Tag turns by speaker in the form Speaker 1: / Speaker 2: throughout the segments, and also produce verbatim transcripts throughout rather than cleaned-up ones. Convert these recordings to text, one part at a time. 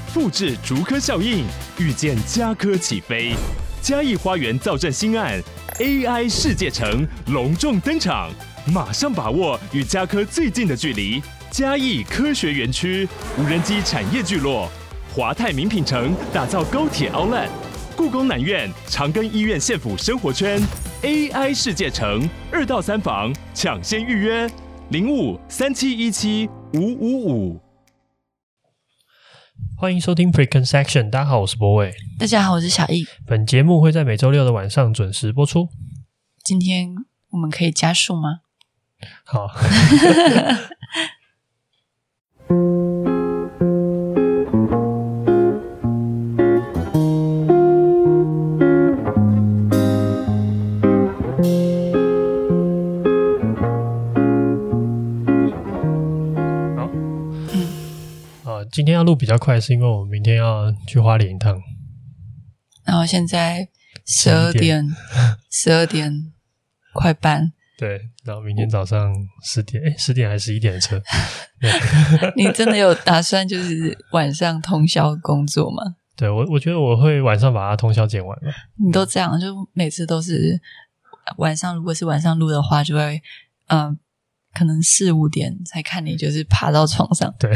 Speaker 1: 复制竹科效应，预见家科起飞。嘉义花园造镇新案 A I 世界城隆重登场，马上把握与家科最近的距离。嘉义科学园区无人机产业聚落，华泰名品城打造高铁 Outlet， 故宫南院长庚医院县府生活圈 A I 世界城二到三房抢先预约零五三七一七五五五。
Speaker 2: 欢迎收听 Preconception， 大家好，我是博伟。
Speaker 3: 大家好，我是小易。
Speaker 2: 本节目会在每周六的晚上准时播出。
Speaker 3: 今天我们可以加速吗？
Speaker 2: 好。今天要录比较快，是因为我们明天要去花莲一趟。
Speaker 3: 然后现在十二点，十二点快半。
Speaker 2: 对，然后明天早上十点，哎，十点还是十一点的车？
Speaker 3: 你真的有打算就是晚上通宵工作吗？
Speaker 2: 对，我我觉得我会晚上把它通宵剪完了。
Speaker 3: 你都这样，就每次都是晚上，如果是晚上录的话，就会嗯。呃可能四五点才看你就是爬到床上。
Speaker 2: 对。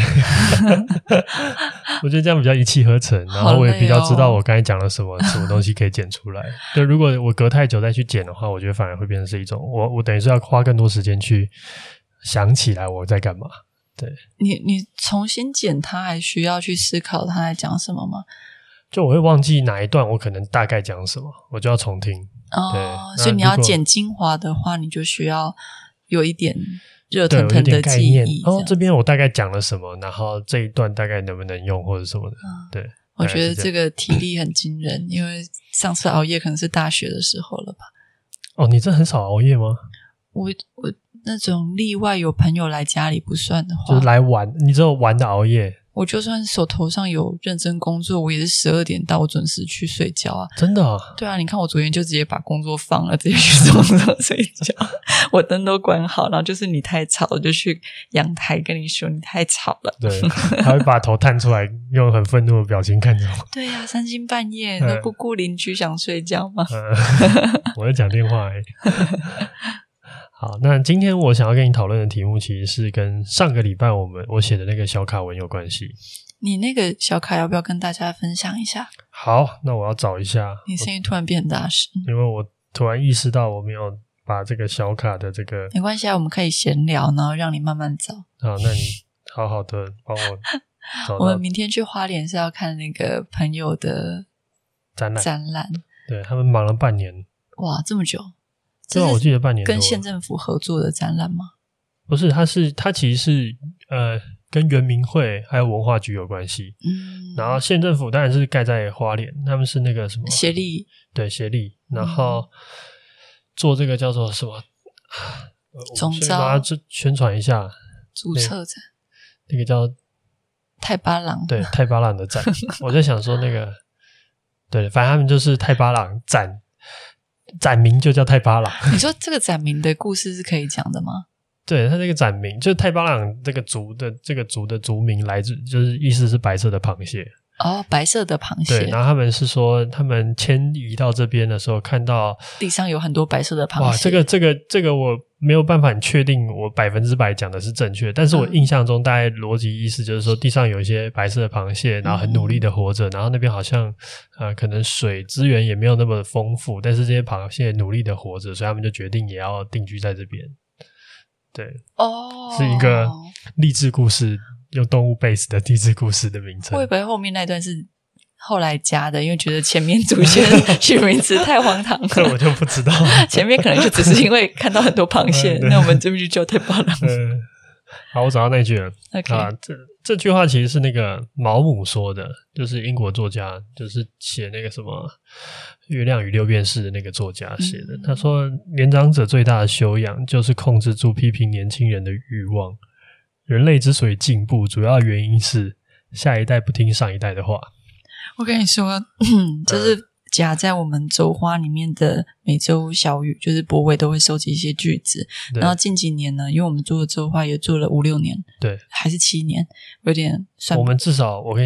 Speaker 2: 我觉得这样比较一气呵成，然后我也比较知道我刚才讲了什么、哦、什么东西可以剪出来。对，如果我隔太久再去剪的话，我觉得反而会变成是一种我我等于是要花更多时间去想起来我在干嘛。对，
Speaker 3: 你你重新剪它还需要去思考它在讲什么吗？
Speaker 2: 就我会忘记哪一段我可能大概讲什么，我就要重听。
Speaker 3: 哦，所以你要剪精华的话，你就需要有一点热腾腾的记忆。
Speaker 2: 哦，这边我大概讲了什么，然后这一段大概能不能用或者什么的。嗯、对，
Speaker 3: 我觉得这个体力很惊人，因为上次熬夜可能是大学的时候了吧。
Speaker 2: 哦，你这很少熬夜吗？
Speaker 3: 我我那种例外有朋友来家里不算的话，
Speaker 2: 就是来玩，你只有玩的熬夜。
Speaker 3: 我就算手头上有认真工作，我也是十二点到，我准时去睡觉啊。
Speaker 2: 真的啊？
Speaker 3: 对啊，你看我昨天就直接把工作放了，直接去床上睡觉。我灯都关好，然后就是你太吵了，就去阳台跟你说你太吵了。
Speaker 2: 对，他会把头探出来，用很愤怒的表情看着我。
Speaker 3: 对啊，三更半夜都不顾邻居想睡觉吗？
Speaker 2: 嗯、我在讲电话而已。好，那今天我想要跟你讨论的题目其实是跟上个礼拜我们我写的那个小卡文有关系。
Speaker 3: 你那个小卡要不要跟大家分享一下？
Speaker 2: 好，那我要找一下。
Speaker 3: 你声音突然变大声，
Speaker 2: 因为我突然意识到我没有把这个小卡的这个。
Speaker 3: 没关系啊，我们可以闲聊，然后让你慢慢找。
Speaker 2: 好，那你好好的帮我找到。
Speaker 3: 我们明天去花莲是要看那个朋友的
Speaker 2: 展览，
Speaker 3: 展览。
Speaker 2: 对，他们忙了半年。
Speaker 3: 哇，这么久。
Speaker 2: 对啊，我记得半年多。
Speaker 3: 跟县政府合作的展览吗？
Speaker 2: 不是，它是它其实是呃跟原民会还有文化局有关系。嗯，然后县政府当然是盖在花莲，他们是那个什么
Speaker 3: 协力，
Speaker 2: 对协力，然后做这个叫做什么？
Speaker 3: 总召，
Speaker 2: 把它宣传一下。
Speaker 3: 主策展，
Speaker 2: 那个叫
Speaker 3: 太巴朗，
Speaker 2: 对太巴朗的展。我在想说那个，对，反正他们就是太巴朗展。展名就叫太巴朗。
Speaker 3: 你说这个展名的故事是可以讲的吗？
Speaker 2: 对，他这个展名就是太巴朗这个族的这个族的族名来自，就是意思是白色的螃蟹。
Speaker 3: 哦，白色的螃蟹。
Speaker 2: 对，然后他们是说他们迁移到这边的时候看到
Speaker 3: 地上有很多白色的螃蟹。
Speaker 2: 哇，这个这个这个我没有办法很确定我百分之百讲的是正确，但是我印象中大概逻辑意思就是说地上有一些白色的螃蟹，然后很努力的活着，然后那边好像呃可能水资源也没有那么丰富，但是这些螃蟹努力的活着，所以他们就决定也要定居在这边。对，
Speaker 3: 哦，
Speaker 2: 是一个励志故事，用动物 base 的励志故事的名称。
Speaker 3: 我以为后面那段是后来加的，因为觉得前面祖先取名字太荒唐了。
Speaker 2: 这我就不知道。
Speaker 3: 前面可能就只是因为看到很多螃蟹，那我们这边就叫太巴朗。
Speaker 2: 嗯，好，我找到那句了。
Speaker 3: Okay.
Speaker 2: 啊，这这句话其实是那个毛姆说的，就是英国作家，就是写那个什么《月亮与六便士》的那个作家写的。嗯、他说，年长者最大的修养就是控制住批评年轻人的欲望。人类之所以进步，主要原因是下一代不听上一代的话。
Speaker 3: 我跟你说，这是夹在我们周花里面的每周小语，就是博伟都会收集一些句子。然后近几年呢，因为我们做的周花也做了五六年，
Speaker 2: 对，
Speaker 3: 还是七年，有点算。
Speaker 2: 我们至少我跟你讲，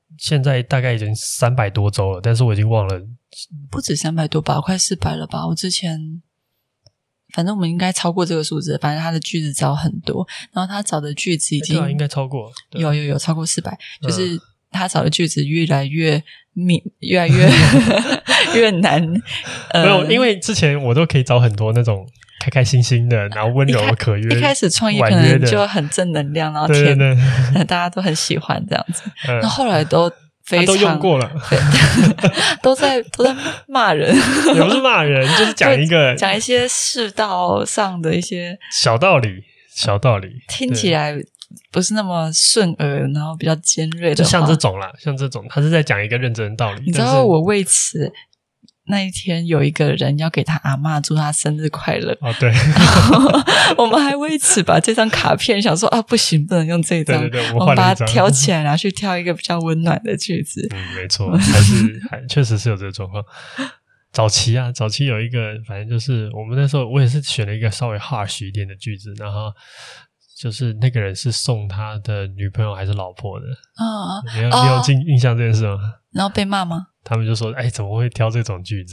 Speaker 2: 现在大概已经三百多周了，但是我已经忘了，
Speaker 3: 不止三百多吧，快四百了吧？我之前反正我们应该超过这个数字，反正他的句子找很多，然后他找的句子已经、
Speaker 2: 欸、对啊，应该超过，
Speaker 3: 有有有超过四百，就是他找的句子越来越密，越来越越难。呃、
Speaker 2: 没有，因为之前我都可以找很多那种开开心心的，然后温柔可约。
Speaker 3: 一开始创业可能就很正能量，然后甜，
Speaker 2: 对对对
Speaker 3: 大家都很喜欢这样子。
Speaker 2: 嗯、
Speaker 3: 然后后来都非常、啊、
Speaker 2: 都用过了，
Speaker 3: 都在都在骂人，
Speaker 2: 也不是骂人，就是讲一个
Speaker 3: 讲一些世道上的一些
Speaker 2: 小道理，小道理
Speaker 3: 听起来不是那么顺耳，然后比较尖锐的，
Speaker 2: 就像这种啦，像这种，他是在讲一个认真的道理。
Speaker 3: 你知道我为此那一天有一个人要给他阿嬷祝他生日快乐
Speaker 2: 哦，对，
Speaker 3: 我们还为此把这张卡片想说啊，不行，不能用这张，
Speaker 2: 对对对，
Speaker 3: 我们把它挑起来，拿去挑一个比较温暖的句子。
Speaker 2: 嗯，没错，还是还确实是有这个状况。早期啊，早期有一个，反正就是我们那时候，我也是选了一个稍微 harsh 一点的句子，然后就是那个人是送他的女朋友还是老婆的
Speaker 3: 啊、哦？
Speaker 2: 你有、哦、你有印印象这件事吗？
Speaker 3: 然后被骂吗？
Speaker 2: 他们就说：“哎，怎么会挑这种句子？”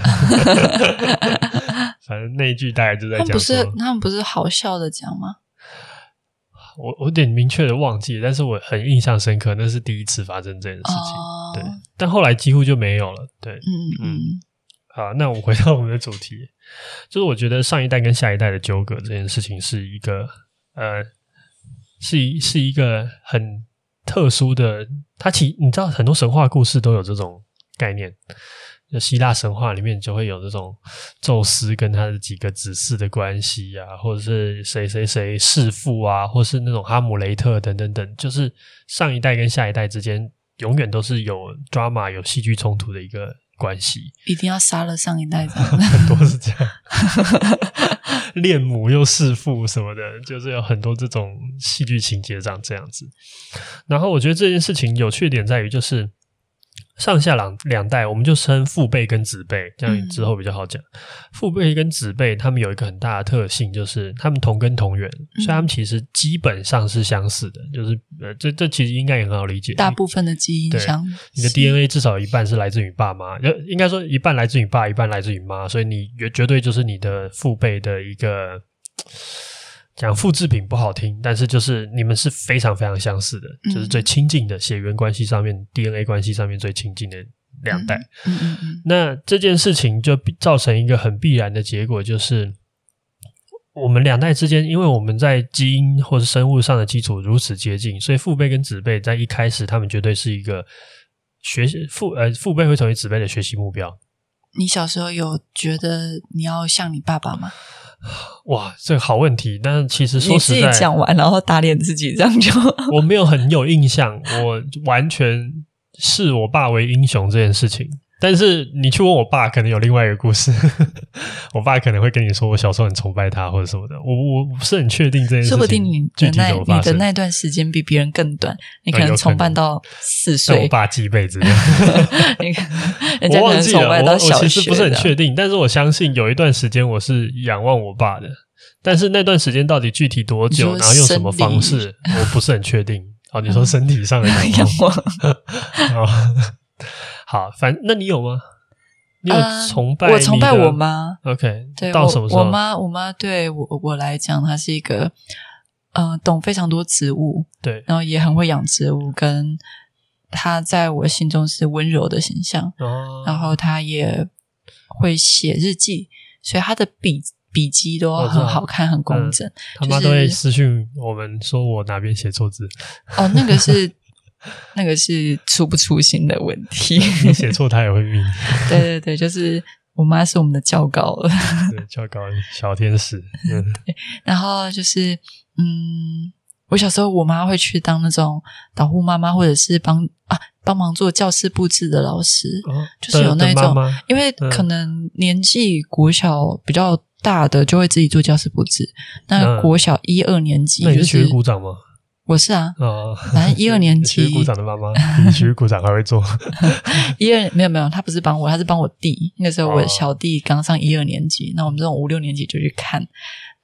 Speaker 2: 反正那一句大概就在讲说，他们不
Speaker 3: 是他们不是好笑的讲吗？
Speaker 2: 我我有点明确的忘记，但是我很印象深刻，那是第一次发生这件事情。哦、对，但后来几乎就没有了。对，
Speaker 3: 嗯嗯。
Speaker 2: 好，那我们回到我们的主题，就是我觉得上一代跟下一代的纠葛这件事情是一个呃，是一是一个很特殊的。它其你知道很多神话故事都有这种概念，就希腊神话里面就会有这种宙斯跟他的几个子嗣的关系啊，或者是谁谁谁弑父啊，或是那种哈姆雷特等等等，就是上一代跟下一代之间永远都是有 drama 有戏剧冲突的一个关系，
Speaker 3: 一定要杀了上一代这样
Speaker 2: 很多是这样恋母又弑父什么的，就是有很多这种戏剧情节长这样子。然后我觉得这件事情有趣的点在于，就是上下两两代，我们就称父辈跟子辈，这样之后比较好讲。嗯、父辈跟子辈他们有一个很大的特性，就是他们同根同源，嗯、所以他们其实基本上是相似的，就是呃，这这其实应该也很好理解。
Speaker 3: 大部分的基因相似，
Speaker 2: 你的 D N A 至少有一半是来自于爸妈，应该说一半来自于爸，一半来自于妈，所以你绝对就是你的父辈的一个。讲复制品不好听，但是就是你们是非常非常相似的，嗯、就是最亲近的血缘关系上面 D N A 关系上面最亲近的两代。
Speaker 3: 嗯嗯嗯、
Speaker 2: 那这件事情就造成一个很必然的结果，就是我们两代之间，因为我们在基因或是生物上的基础如此接近，所以父辈跟子辈在一开始他们绝对是一个学习父呃父辈会成为子辈的学习目标。
Speaker 3: 你小时候有觉得你要像你爸爸吗？
Speaker 2: 哇，这个好问题。但其实说实在，
Speaker 3: 你自己讲完然后打脸自己这样就
Speaker 2: 我没有很有印象，我完全视我爸为英雄这件事情。但是你去问我爸，可能有另外一个故事我爸可能会跟你说我小时候很崇拜他或者什么的，我我不是很确定这件事情，
Speaker 3: 说不定你的那你的那段时间比别人更短，你可能崇拜到四岁，
Speaker 2: 我爸记一辈子
Speaker 3: 你看人家可能崇拜到小学，
Speaker 2: 我忘记了，我我其实不是很确定，但是我相信有一段时间我是仰望我爸的，但是那段时间到底具体多久，然后用什么方式我不是很确定。哦，你说身体上的仰望哦好，反那你有吗？你有崇拜、呃？
Speaker 3: 我崇拜我妈。
Speaker 2: OK，
Speaker 3: 对，
Speaker 2: 到什么时候？
Speaker 3: 我妈，我妈对我我来讲，她是一个呃懂非常多植物，
Speaker 2: 对，
Speaker 3: 然后也很会养植物，跟她在我心中是温柔的形象。哦，然后她也会写日记，所以她的笔笔记都很好看，很工整。嗯、
Speaker 2: 他妈都会私讯我们说我哪边写错字。
Speaker 3: 哦，那个是。那个是出不出心的问题，
Speaker 2: 你写错他也会命。
Speaker 3: 对对对，就是我妈是我们的教稿了，
Speaker 2: 对，教稿小天使。嗯、
Speaker 3: 对，然后就是嗯，我小时候我妈会去当那种导护妈妈，或者是帮啊帮忙做教室布置的老师，哦、就是有那种，
Speaker 2: 妈妈
Speaker 3: 因为可能年纪国小比较大的就会自己做教室布置，那国小一二年级就是，那
Speaker 2: 你是学鼓掌吗？
Speaker 3: 我是啊，
Speaker 2: 哦，
Speaker 3: 反正一二年级
Speaker 2: 学鼓掌的妈妈，你学鼓掌还会做？
Speaker 3: 一二没有没有，他不是帮我，他是帮我弟。那时候我小弟刚上一二年级，那我们这种五六年级就去看，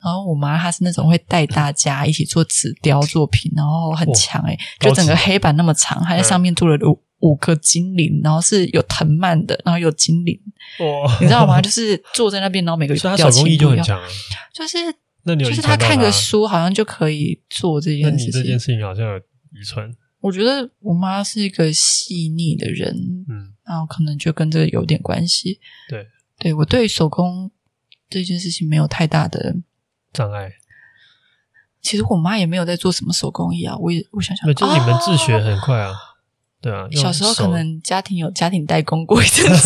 Speaker 3: 然后我妈她是那种会带大家一起做纸雕作品，然后很强诶、欸、就整个黑板那么长，她在上面做了五、嗯、五个精灵，然后是有藤蔓的，然后有精灵，哇，你知道吗？就是坐在那边，然后每个
Speaker 2: 所以她手工艺就很强啊，
Speaker 3: 就是
Speaker 2: 那你有
Speaker 3: 就是她看个书好像就可以做这件事情。
Speaker 2: 那你这件事情好像有遗传。
Speaker 3: 我觉得我妈是一个细腻的人，嗯，然后可能就跟这个有点关系。
Speaker 2: 对，
Speaker 3: 对我对手工这件事情没有太大的
Speaker 2: 障碍。
Speaker 3: 其实我妈也没有在做什么手工艺啊，我也我想想，
Speaker 2: 就是你们自学很快啊，哦、对啊，
Speaker 3: 小时候可能家庭有家庭代工过一阵子。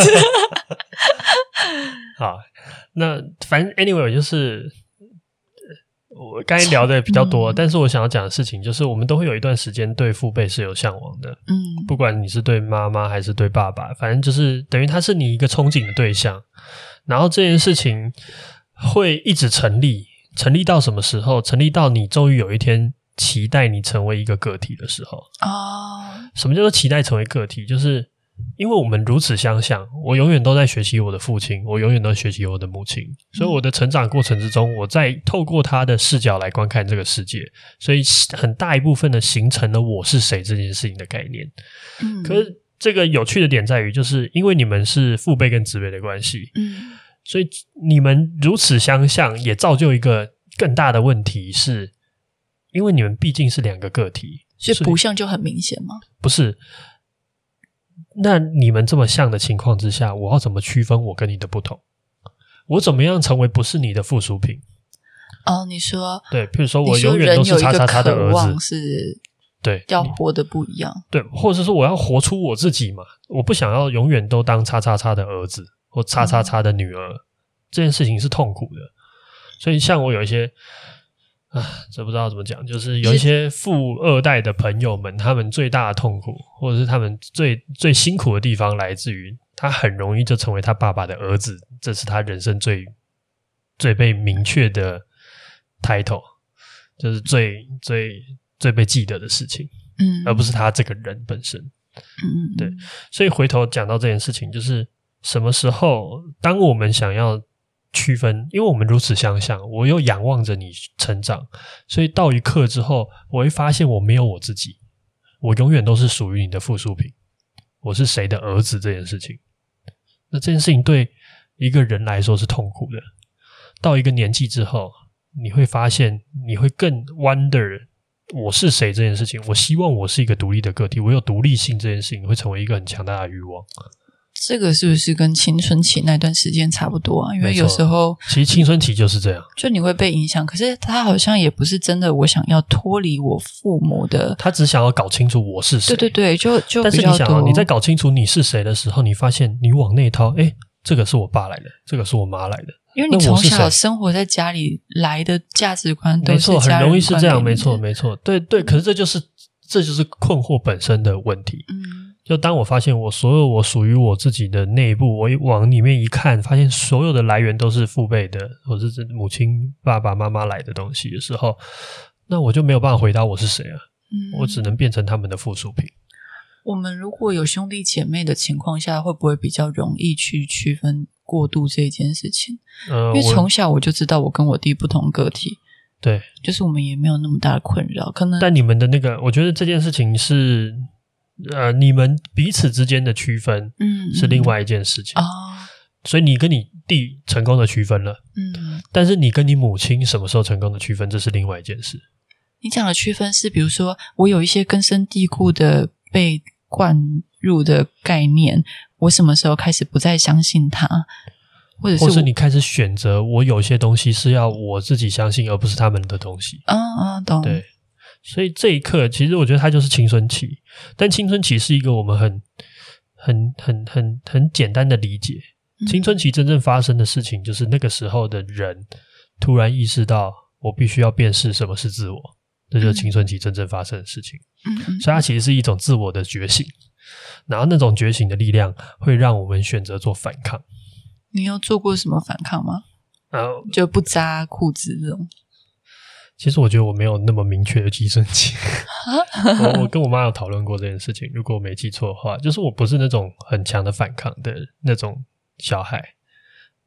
Speaker 2: 好，那反正 anyway 就是我刚才聊的比较多、嗯、但是我想要讲的事情就是我们都会有一段时间对父辈是有向往的，嗯，不管你是对妈妈还是对爸爸，反正就是等于他是你一个憧憬的对象，然后这件事情会一直成立，成立到什么时候？成立到你终于有一天期待你成为一个个体的时候。哦，什么叫做期待成为个体？就是因为我们如此相像，我永远都在学习我的父亲，我永远都在学习我的母亲，所以我的成长过程之中，我在透过他的视角来观看这个世界，所以很大一部分的形成了我是谁这件事情的概念。嗯，可是这个有趣的点在于，就是因为你们是父辈跟子辈的关系，嗯，所以你们如此相像，也造就一个更大的问题是，因为你们毕竟是两个个体，
Speaker 3: 所以不像就很明显吗？
Speaker 2: 不是。那你们这么像的情况之下，我要怎么区分我跟你的不同？我怎么样成为不是你的附属品？
Speaker 3: 哦，你说
Speaker 2: 对，譬如说我永远都是叉叉叉的儿子，
Speaker 3: 是
Speaker 2: 对，
Speaker 3: 要活得不一样，
Speaker 2: 对，或者是我要活出我自己嘛？我不想要永远都当叉叉叉的儿子或叉叉叉的女儿，嗯、这件事情是痛苦的。所以像我有一些啊，这不知道怎么讲，就是有一些富二代的朋友们，他们最大的痛苦，或者是他们最最辛苦的地方，来自于他很容易就成为他爸爸的儿子，这是他人生最最被明确的 title， 就是最最最被记得的事情，嗯，而不是他这个人本身，嗯，对，所以回头讲到这件事情，就是什么时候，当我们想要区分，因为我们如此相像，我又仰望着你成长，所以到一刻之后，我会发现我没有我自己，我永远都是属于你的附属品，我是谁的儿子这件事情。那这件事情对一个人来说是痛苦的，到一个年纪之后，你会发现你会更 wonder 我是谁这件事情，我希望我是一个独立的个体，我有独立性这件事情会成为一个很强大的欲望。
Speaker 3: 这个是不是跟青春期那段时间差不多啊？因为有时候
Speaker 2: 其实青春期就是这样，
Speaker 3: 就你会被影响，可是他好像也不是真的我想要脱离我父母的，
Speaker 2: 他只想要搞清楚我是谁。
Speaker 3: 对对对，就就
Speaker 2: 但是你想、哦、你在搞清楚你是谁的时候，你发现你往内掏，诶，这个是我爸来的，这个是我妈来的，
Speaker 3: 因为你从小生活在家里来的价值观都是家人观，没错，
Speaker 2: 很容易是这样，没错没错，对对，可是这就是这就是困惑本身的问题。嗯，就当我发现我所有我属于我自己的内部，我往里面一看，发现所有的来源都是父辈的，或者是母亲爸爸妈妈来的东西的时候，那我就没有办法回答我是谁啊、嗯、我只能变成他们的附属品。
Speaker 3: 我们如果有兄弟姐妹的情况下，会不会比较容易去区分过度这件事情？呃、因为从小我就知道我跟我弟不同个体，
Speaker 2: 对，
Speaker 3: 就是我们也没有那么大的困扰。可能
Speaker 2: 但你们的那个，我觉得这件事情是呃，你们彼此之间的区分嗯是另外一件事情、嗯哦、所以你跟你弟成功的区分了，嗯，但是你跟你母亲什么时候成功的区分，这是另外一件事。
Speaker 3: 你讲的区分是比如说我有一些根深蒂固的被灌入的概念，我什么时候开始不再相信它，或者是
Speaker 2: 或是你开始选择我有些东西是要我自己相信而不是他们的东西。
Speaker 3: 嗯嗯，懂。
Speaker 2: 对，所以这一刻其实我觉得它就是青春期，但青春期是一个我们很很很很很简单的理解、嗯、青春期真正发生的事情就是那个时候的人突然意识到我必须要辨识什么是自我，这就是青春期真正发生的事情。嗯，所以它其实是一种自我的觉醒，然后那种觉醒的力量会让我们选择做反抗。
Speaker 3: 你有做过什么反抗吗？呃，就不扎裤子这种。
Speaker 2: 其实我觉得我没有那么明确的青春期我, 我跟我妈有讨论过这件事情，如果我没记错的话，就是我不是那种很强的反抗的那种小孩，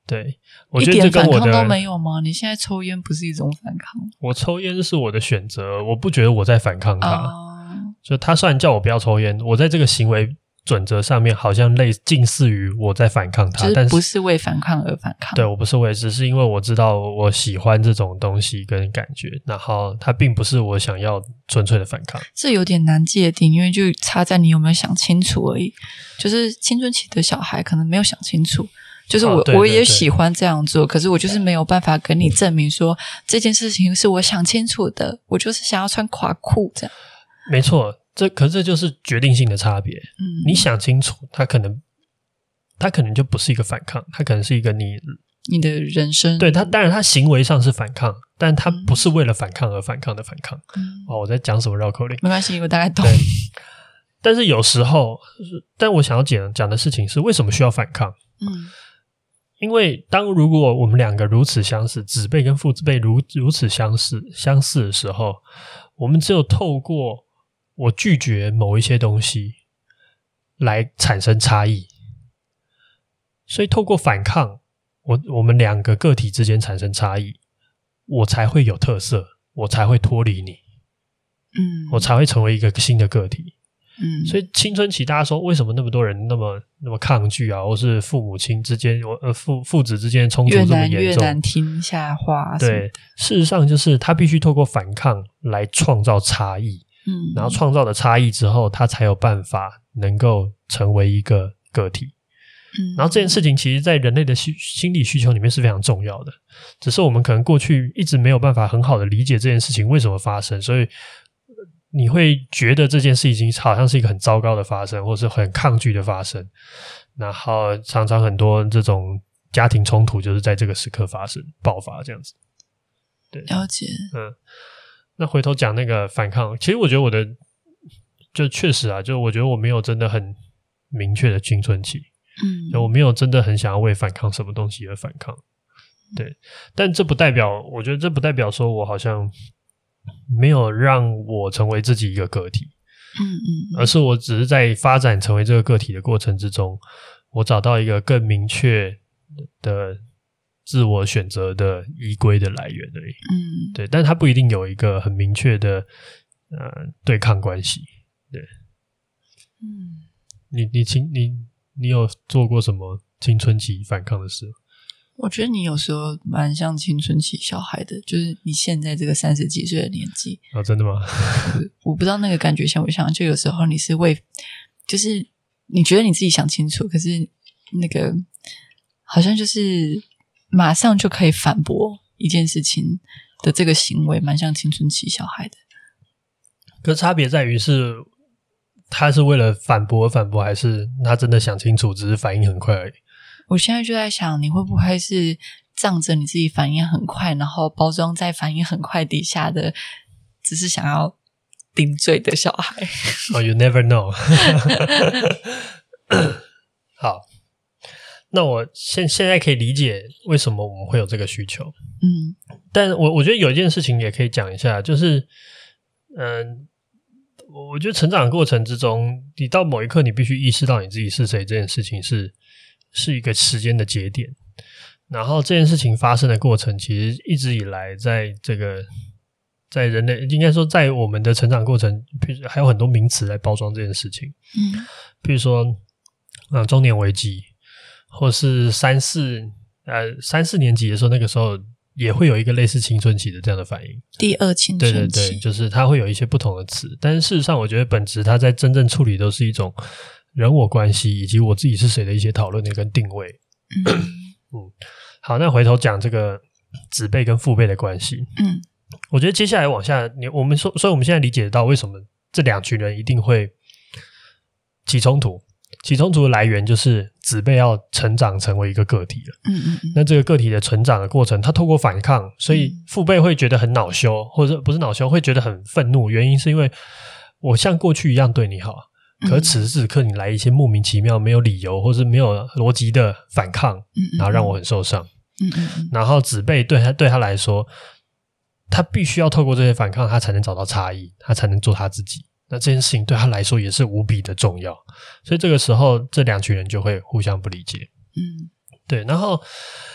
Speaker 2: 对，我觉得这跟我的
Speaker 3: 一点反抗都没有吗？你现在抽烟不是一种反抗？
Speaker 2: 我抽烟是我的选择，我不觉得我在反抗他。
Speaker 3: 哦、
Speaker 2: 就他虽然叫我不要抽烟，我在这个行为准则上面好像类近似于我在反抗他，
Speaker 3: 就是不是为反抗而反抗。
Speaker 2: 对，我不是为，只是因为我知道我喜欢这种东西跟感觉，然后它并不是我想要纯粹的反抗。
Speaker 3: 这有点难界定，因为就差在你有没有想清楚而已。就是青春期的小孩可能没有想清楚，就是我、哦、对对对我也喜欢这样做，可是我就是没有办法跟你证明说这件事情是我想清楚的，我就是想要穿垮裤这样。
Speaker 2: 没错。这可是这就是决定性的差别。
Speaker 3: 嗯，
Speaker 2: 你想清楚，它可能，它可能就不是一个反抗，它可能是一个你
Speaker 3: 你的人生。
Speaker 2: 对它，当然它行为上是反抗，但它不是为了反抗而反抗的反抗。
Speaker 3: 嗯，
Speaker 2: 哦，我在讲什么绕口令？
Speaker 3: 没关系，我大概懂。
Speaker 2: 对，但是有时候，但我想要讲讲的事情是，为什么需要反抗？
Speaker 3: 嗯，
Speaker 2: 因为当如果我们两个如此相似，子辈跟父辈如如此相似相似的时候，我们只有透过我拒绝某一些东西来产生差异，所以透过反抗，我我们两个个体之间产生差异，我才会有特色，我才会脱离你，
Speaker 3: 嗯，
Speaker 2: 我才会成为一个新的个体。
Speaker 3: 嗯，
Speaker 2: 所以青春期大家说为什么那么多人那么那么抗拒啊，或是父母亲之间呃父父子之间的冲突这么严重，
Speaker 3: 越难越难听下话。
Speaker 2: 对，事实上就是他必须透过反抗来创造差异。
Speaker 3: 嗯，
Speaker 2: 然后创造的差异之后，他才有办法能够成为一个个体。
Speaker 3: 嗯，
Speaker 2: 然后这件事情其实在人类的心理需求里面是非常重要的，只是我们可能过去一直没有办法很好的理解这件事情为什么发生，所以你会觉得这件事情好像是一个很糟糕的发生，或是很抗拒的发生，然后常常很多这种家庭冲突就是在这个时刻发生爆发这样子。对，
Speaker 3: 了解。
Speaker 2: 嗯。那回头讲那个反抗，其实我觉得我的就确实啊，就我觉得我没有真的很明确的青春期，
Speaker 3: 嗯，
Speaker 2: 就我没有真的很想要为反抗什么东西而反抗，对，但这不代表，我觉得这不代表说我好像没有让我成为自己一个个体，
Speaker 3: 嗯嗯，
Speaker 2: 而是我只是在发展成为这个个体的过程之中，我找到一个更明确的自我选择的依归的来源而已。
Speaker 3: 嗯，
Speaker 2: 对，但它不一定有一个很明确的呃对抗关系。对，
Speaker 3: 嗯，
Speaker 2: 你你青你你有做过什么青春期反抗的事吗？
Speaker 3: 我觉得你有时候蛮像青春期小孩的，就是你现在这个三十几岁的年纪。
Speaker 2: 哦，真的吗？
Speaker 3: 我不知道那个感觉像不像，就有时候你是为，就是你觉得你自己想清楚，可是那个好像就是马上就可以反驳一件事情的这个行为，蛮像青春期小孩的。
Speaker 2: 可是差别在于是他是为了反驳而反驳，还是他真的想清楚，只是反应很快而已？
Speaker 3: 我现在就在想，你会不会是仗着你自己反应很快，然后包装在反应很快底下的，只是想要顶嘴的小孩？
Speaker 2: 哦、oh, ，You never know 。好。那我现现在可以理解为什么我们会有这个需求，
Speaker 3: 嗯，
Speaker 2: 但我我觉得有一件事情也可以讲一下，就是，嗯，我觉得成长的过程之中，你到某一刻你必须意识到你自己是谁，这件事情是是一个时间的节点，然后这件事情发生的过程，其实一直以来在这个在人类应该说在我们的成长过程，还有很多名词来包装这件事情，
Speaker 3: 嗯，
Speaker 2: 比如说，嗯，中年危机。或是三四呃三四年级的时候，那个时候也会有一个类似青春期的这样的反应。
Speaker 3: 第二青春期，
Speaker 2: 对对对，就是它会有一些不同的词，但是事实上，我觉得本质它在真正处理都是一种人我关系以及我自己是谁的一些讨论的跟定位。
Speaker 3: 嗯
Speaker 2: 嗯，好，那回头讲这个子辈跟父辈的关系。
Speaker 3: 嗯，
Speaker 2: 我觉得接下来往下，你我们说，所以我们现在理解到为什么这两群人一定会起冲突。起冲突的来源就是子辈要成长成为一个个体了，
Speaker 3: 嗯嗯嗯，
Speaker 2: 那这个个体的成长的过程，他透过反抗，所以父辈会觉得很恼羞，或者不是恼羞，会觉得很愤怒。原因是因为我像过去一样对你好，可是此时此刻你来一些莫名其妙、没有理由或是没有逻辑的反抗，然后让我很受伤。
Speaker 3: 嗯嗯嗯，
Speaker 2: 然后子辈对他对他来说，他必须要透过这些反抗，他才能找到差异，他才能做他自己。那这件事情对他来说也是无比的重要，所以这个时候这两群人就会互相不理解。
Speaker 3: 嗯，
Speaker 2: 对。然后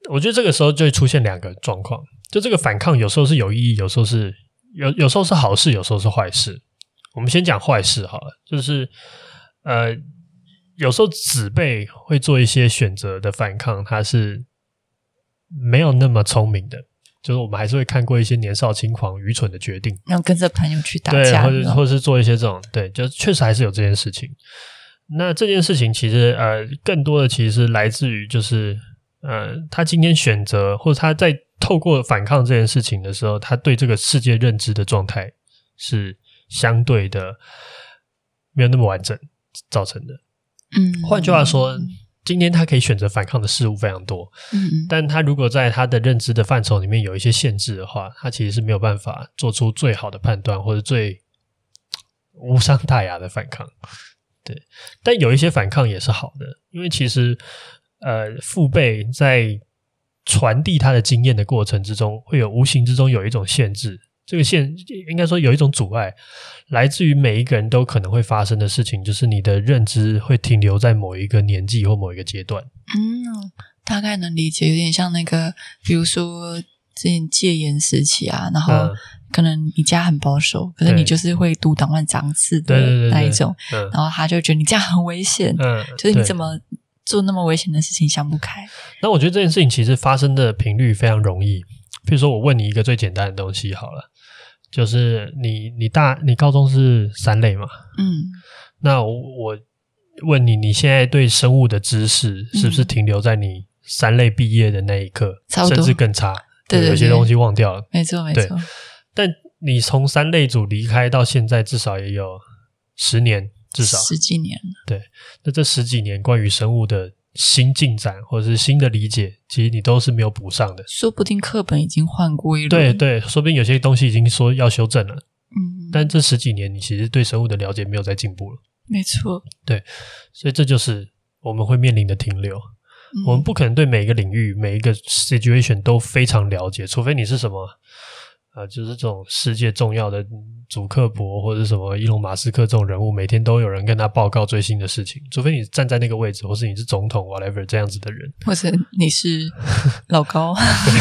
Speaker 2: 我觉得这个时候就会出现两个状况，就这个反抗有时候是有意义，有时候是有有时候是好事，有时候是坏事。我们先讲坏事好了，就是呃，有时候子辈会做一些选择的反抗，他是没有那么聪明的，就是我们还是会看过一些年少轻狂、愚蠢的决定，
Speaker 3: 然后跟着朋友去打架，
Speaker 2: 对，或者或者是做一些这种，对，就确实还是有这件事情。那这件事情其实呃，更多的其实是来自于就是呃，他今天选择或者他在透过反抗这件事情的时候，他对这个世界认知的状态是相对的没有那么完整造成的。
Speaker 3: 嗯，
Speaker 2: 换句话说，今天他可以选择反抗的事物非常多，
Speaker 3: 嗯，
Speaker 2: 但他如果在他的认知的范畴里面有一些限制的话，他其实是没有办法做出最好的判断或者最无伤大雅的反抗。对，但有一些反抗也是好的，因为其实呃，父辈在传递他的经验的过程之中，会有无形之中有一种限制，这个限应该说有一种阻碍，来自于每一个人都可能会发生的事情，就是你的认知会停留在某一个年纪或某一个阶段。
Speaker 3: 嗯，大概能理解，有点像那个，比如说之前戒严时期啊，然后可能你家很保守，可是你就是会读党外长次的那一种，
Speaker 2: 对对对对，
Speaker 3: 然后他就觉得你这样很危险，
Speaker 2: 嗯，
Speaker 3: 就是你怎么做那么危险的事情想不开。
Speaker 2: 那我觉得这件事情其实发生的频率非常容易，比如说我问你一个最简单的东西好了，就是你你大你高中是三类嘛？嗯，那我我问你，你现在对生物的知识是不是停留在你三类毕业的那一刻，
Speaker 3: 差不多
Speaker 2: 甚至更差？
Speaker 3: 对对对，
Speaker 2: 有些东西忘掉了，
Speaker 3: 没错没错。
Speaker 2: 但你从三类组离开到现在，至少也有十年，至少
Speaker 3: 十几年了。
Speaker 2: 对，那这十几年关于生物的新进展或者是新的理解，其实你都是没有补上的。
Speaker 3: 说不定课本已经换过一轮，
Speaker 2: 对对，说不定有些东西已经说要修正了。
Speaker 3: 嗯，
Speaker 2: 但这十几年你其实对生物的了解没有再进步了。
Speaker 3: 没错，
Speaker 2: 对，所以这就是我们会面临的停留。嗯、我们不可能对每一个领域、每一个 situation 都非常了解，除非你是什么呃，就是这种世界重要的祖克伯或者什么伊隆马斯克这种人物，每天都有人跟他报告最新的事情，除非你站在那个位置，或是你是总统 whatever 这样子的人，
Speaker 3: 或者你是老高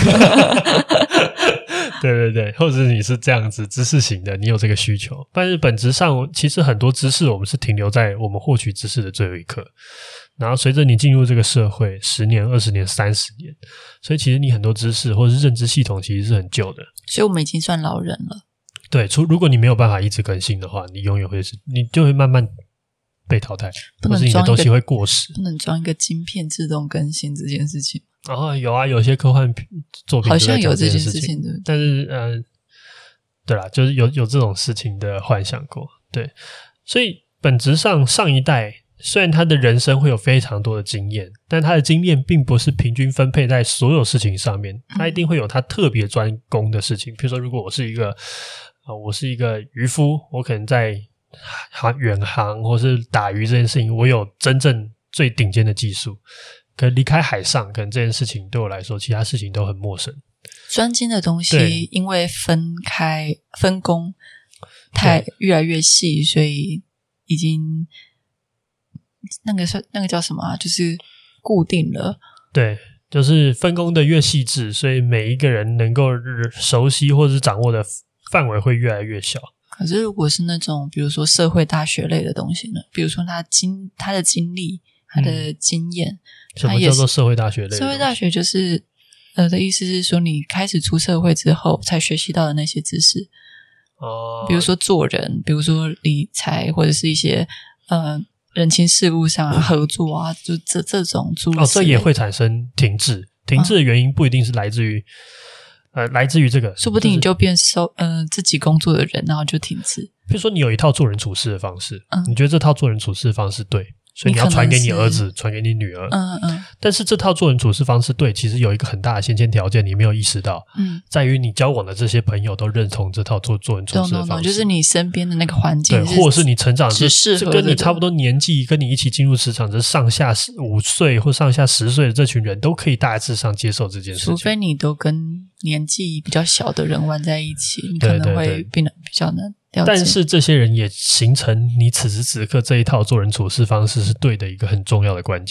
Speaker 2: 对对对，或者是你是这样子知识型的，你有这个需求。但是本质上其实很多知识我们是停留在我们获取知识的最后一刻，然后随着你进入这个社会十年二十年三十年，所以其实你很多知识或者是认知系统其实是很旧的，
Speaker 3: 所以我们已经算老人了。
Speaker 2: 对，除如果你没有办法一直更新的话，你永远会是你就会慢慢被淘汰，或是你的东西会过时。
Speaker 3: 不能装一个晶片自动更新这件事情。
Speaker 2: 哦，有啊，有些科幻作品
Speaker 3: 好像有
Speaker 2: 这
Speaker 3: 件事情，对，
Speaker 2: 但是呃，对啦，就是有有这种事情的幻想过，对，所以本质上上一代虽然他的人生会有非常多的经验，但他的经验并不是平均分配在所有事情上面，他一定会有他特别专攻的事情。比如说，如果我是一个呃，我是一个渔夫，我可能在远航或是打鱼这件事情，我有真正最顶尖的技术。可能离开海上，可能这件事情对我来说，其他事情都很陌生。
Speaker 3: 专精的东西，因为分开分工太越来越细，所以已经那个是那个叫什么啊？就是固定了。
Speaker 2: 对，就是分工的越细致，所以每一个人能够熟悉或者是掌握的范围会越来越小。
Speaker 3: 可是如果是那种比如说社会大学类的东西呢？比如说他经他的经历。他的经验、嗯、
Speaker 2: 什么叫做社会大学类的？
Speaker 3: 社会大学就是呃的意思是说你开始出社会之后才学习到的那些知识哦，比如说做人，比如说理财，或者是一些呃人情事务上、啊、合作啊，就这这种诸如
Speaker 2: 哦，这也会产生停滞。停滞的原因不一定是来自于、嗯、呃来自于这个，
Speaker 3: 说不定你就变收呃自己工作的人，然后就停滞。
Speaker 2: 比如说你有一套做人处事的方式，嗯，你觉得这套做人处事的方式对？所以你要传给你儿子，传给你女儿。
Speaker 3: 嗯嗯。
Speaker 2: 但是这套做人处事方式对，其实有一个很大的先天条件，你没有意识到，嗯，在于你交往的这些朋友都认同这套做做人处事的方式。No, no, no,
Speaker 3: 就是你身边的那个环境，
Speaker 2: 对，或者是你成长
Speaker 3: 只适合、
Speaker 2: 这个、跟你差不多年纪，跟你一起进入职场，这上下五岁或上下十岁的这群人都可以大致上接受这件事情。
Speaker 3: 除非你都跟年纪比较小的人玩在一起，你可能会变得比较难。
Speaker 2: 但是这些人也形成你此时此刻这一套做人处事方式是对的一个很重要的关键。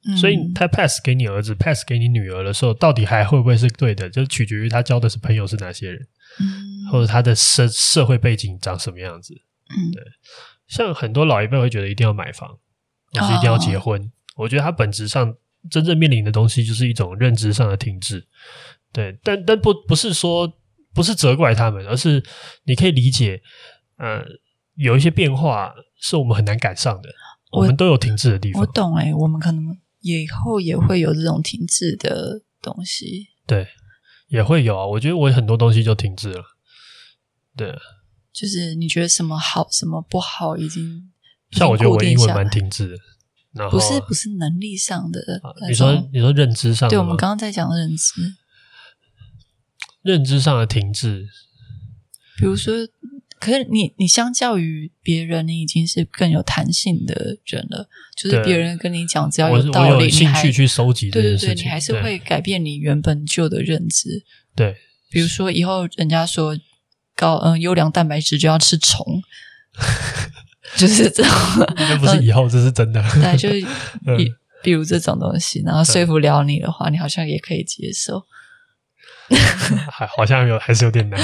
Speaker 2: 嗯、所以他 pass 给你儿子 pass 给你女儿的时候，到底还会不会是对的，就取决于他交的是朋友是哪些人，嗯、或者他的社社会背景长什么样子。嗯，对，像很多老一辈会觉得一定要买房，或是一定要结婚，哦、我觉得他本质上真正面临的东西就是一种认知上的停滞。对，但但不不是说不是责怪他们，而是你可以理解，呃，有一些变化是我们很难赶上的，我, 我们都有停滞的地方。
Speaker 3: 我懂诶、欸、我们可能以后也会有这种停滞的东西。
Speaker 2: 对，也会有啊。我觉得我很多东西就停滞了。对。
Speaker 3: 就是你觉得什么好什么不好已经
Speaker 2: 像我觉得我英文蛮停滞的，然后
Speaker 3: 不是不是能力上的、
Speaker 2: 啊、你说你说认知上的吗？
Speaker 3: 对，我们刚刚在讲的认知
Speaker 2: 认知上的停滞，
Speaker 3: 比如说可是你你相较于别人你已经是更有弹性的人了，就是别人跟你讲只要有道理，
Speaker 2: 我有兴趣去收集这件事情，
Speaker 3: 对对对，你还是会改变你原本旧的认知。
Speaker 2: 对，
Speaker 3: 比如说以后人家说高嗯优良蛋白质就要吃虫，就是这种。
Speaker 2: 那不是以后，这是真的。
Speaker 3: 对，就是比比如这种东西，然后说服了你的话，你好像也可以接受。
Speaker 2: 还好像有还是有点难。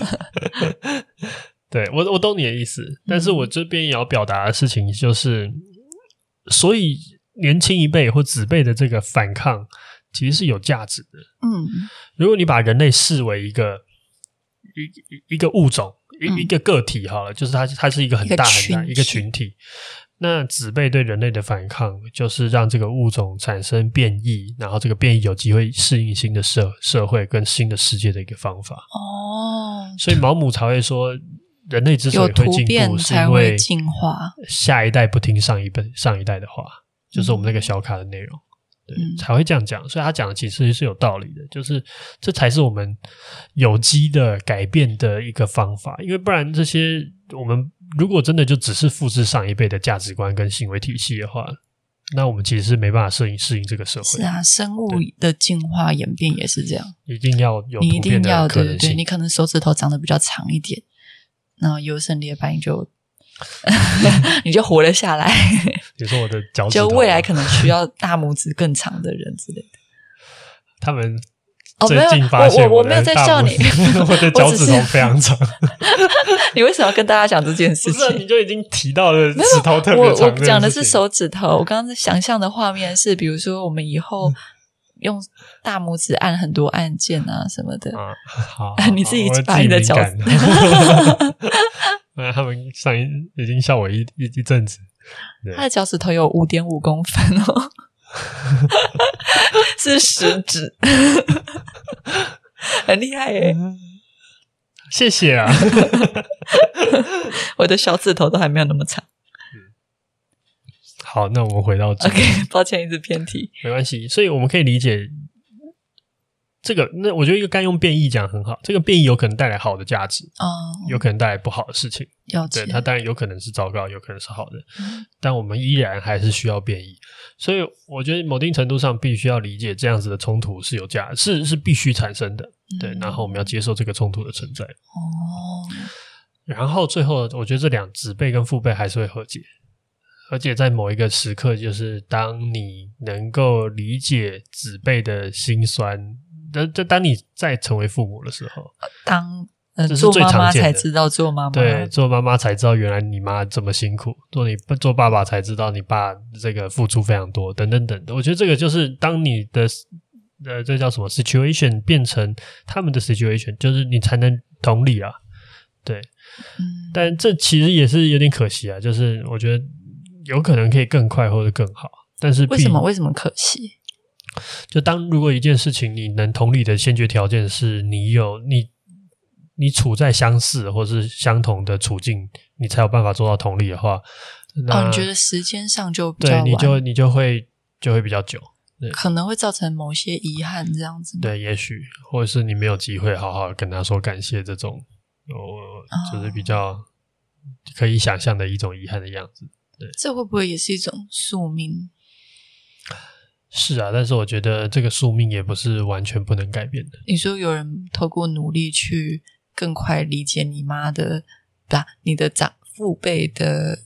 Speaker 2: 对，我我懂你的意思，但是我这边也要表达的事情就是，所以年轻一辈或子辈的这个反抗其实是有价值的。嗯，如果你把人类视为一个一一个物种，一、嗯、一个个体好了，就是它它是一个很大很大一个群体。那子辈对人类的反抗，就是让这个物种产生变异，然后这个变异有机会适应新的社社会跟新的世界的一个方法。哦，所以毛姆才会说，人类之所以会进步，是因为
Speaker 3: 进化，
Speaker 2: 下一代不听上一辈上一代的话，就是我们那个小卡的内容。对、嗯，才会这样讲，所以他讲的其实是有道理的，就是这才是我们有机的改变的一个方法，因为不然这些我们如果真的就只是复制上一辈的价值观跟行为体系的话，那我们其实是没办法适应适应这个社会。
Speaker 3: 是啊，生物的进化演变也是这样，
Speaker 2: 一定要有突变的可能性。你一定要，对对对，
Speaker 3: 你可能手指头长得比较长一点，然后优胜劣败，你就你就活了下来。
Speaker 2: 你说我的脚趾头，
Speaker 3: 就未来可能需要大拇指更长的人之类的。
Speaker 2: 他们最近发现
Speaker 3: 我的大拇指、哦、我, 我, 我没有在笑你，
Speaker 2: 我的脚趾头非常长。
Speaker 3: 你为什么要跟大家讲这件事情？
Speaker 2: 不是、啊，你就已经提到了指头特别长。
Speaker 3: 我我讲的是手指头。我刚刚想象的画面是，比如说我们以后用大拇指按很多按键啊什么的。啊，好，你自己把你的脚趾。
Speaker 2: 那他们上一已经笑我一一一阵子。
Speaker 3: 他的脚趾头有 五点五公分哦。是食指。很厉害耶。
Speaker 2: 谢谢啊。
Speaker 3: 我的小指头都还没有那么长。
Speaker 2: 嗯、好，那我们回到这
Speaker 3: OK， 抱歉一直偏题。
Speaker 2: 没关系，所以我们可以理解这个，那我觉得一个该用变异讲很好，这个变异有可能带来好的价值，哦，有可能带来不好的事情。对，它当然有可能是糟糕，有可能是好的，嗯、但我们依然还是需要变异。所以我觉得某定程度上必须要理解这样子的冲突是有价，是是必须产生的。嗯、对，然后我们要接受这个冲突的存在。哦，然后最后我觉得这两子辈跟父辈还是会和解。而且在某一个时刻，就是当你能够理解子辈的辛酸，就当你再成为父母的时候，
Speaker 3: 当呃做妈妈才知道做妈妈，
Speaker 2: 对，做妈妈才知道原来你妈这么辛苦，做你做爸爸才知道你爸这个付出非常多，等等等。我觉得这个就是当你的呃这叫什么 situation 变成他们的 situation， 就是你才能同理啊，对。嗯、但这其实也是有点可惜啊，就是我觉得有可能可以更快或者更好，但是
Speaker 3: 为什么为什么可惜？
Speaker 2: 就当如果一件事情你能同理的先决条件是你有你你处在相似或是相同的处境，你才有办法做到同理的话，那
Speaker 3: 哦，你觉得时间上就比较晚，
Speaker 2: 对，你就你就会就会比较久，
Speaker 3: 可能会造成某些遗憾这样子吗？
Speaker 2: 对，也许或者是你没有机会好好跟他说感谢，这种哦，就是比较可以想象的一种遗憾的样子。对，
Speaker 3: 这会不会也是一种宿命？
Speaker 2: 是啊，但是我觉得这个宿命也不是完全不能改变的。
Speaker 3: 你说有人透过努力去更快理解你妈的，不，你的长父辈的